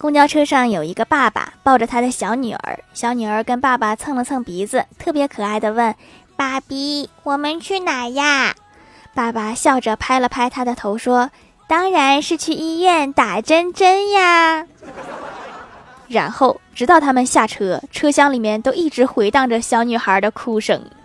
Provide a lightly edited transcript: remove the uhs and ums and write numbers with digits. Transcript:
公交车上有一个爸爸抱着他的小女儿，小女儿跟爸爸蹭了蹭鼻子，特别可爱地问：爸比，我们去哪呀？爸爸笑着拍了拍他的头说：当然是去医院打针呀。然后直到他们下车，车厢里面都一直回荡着小女孩的哭声。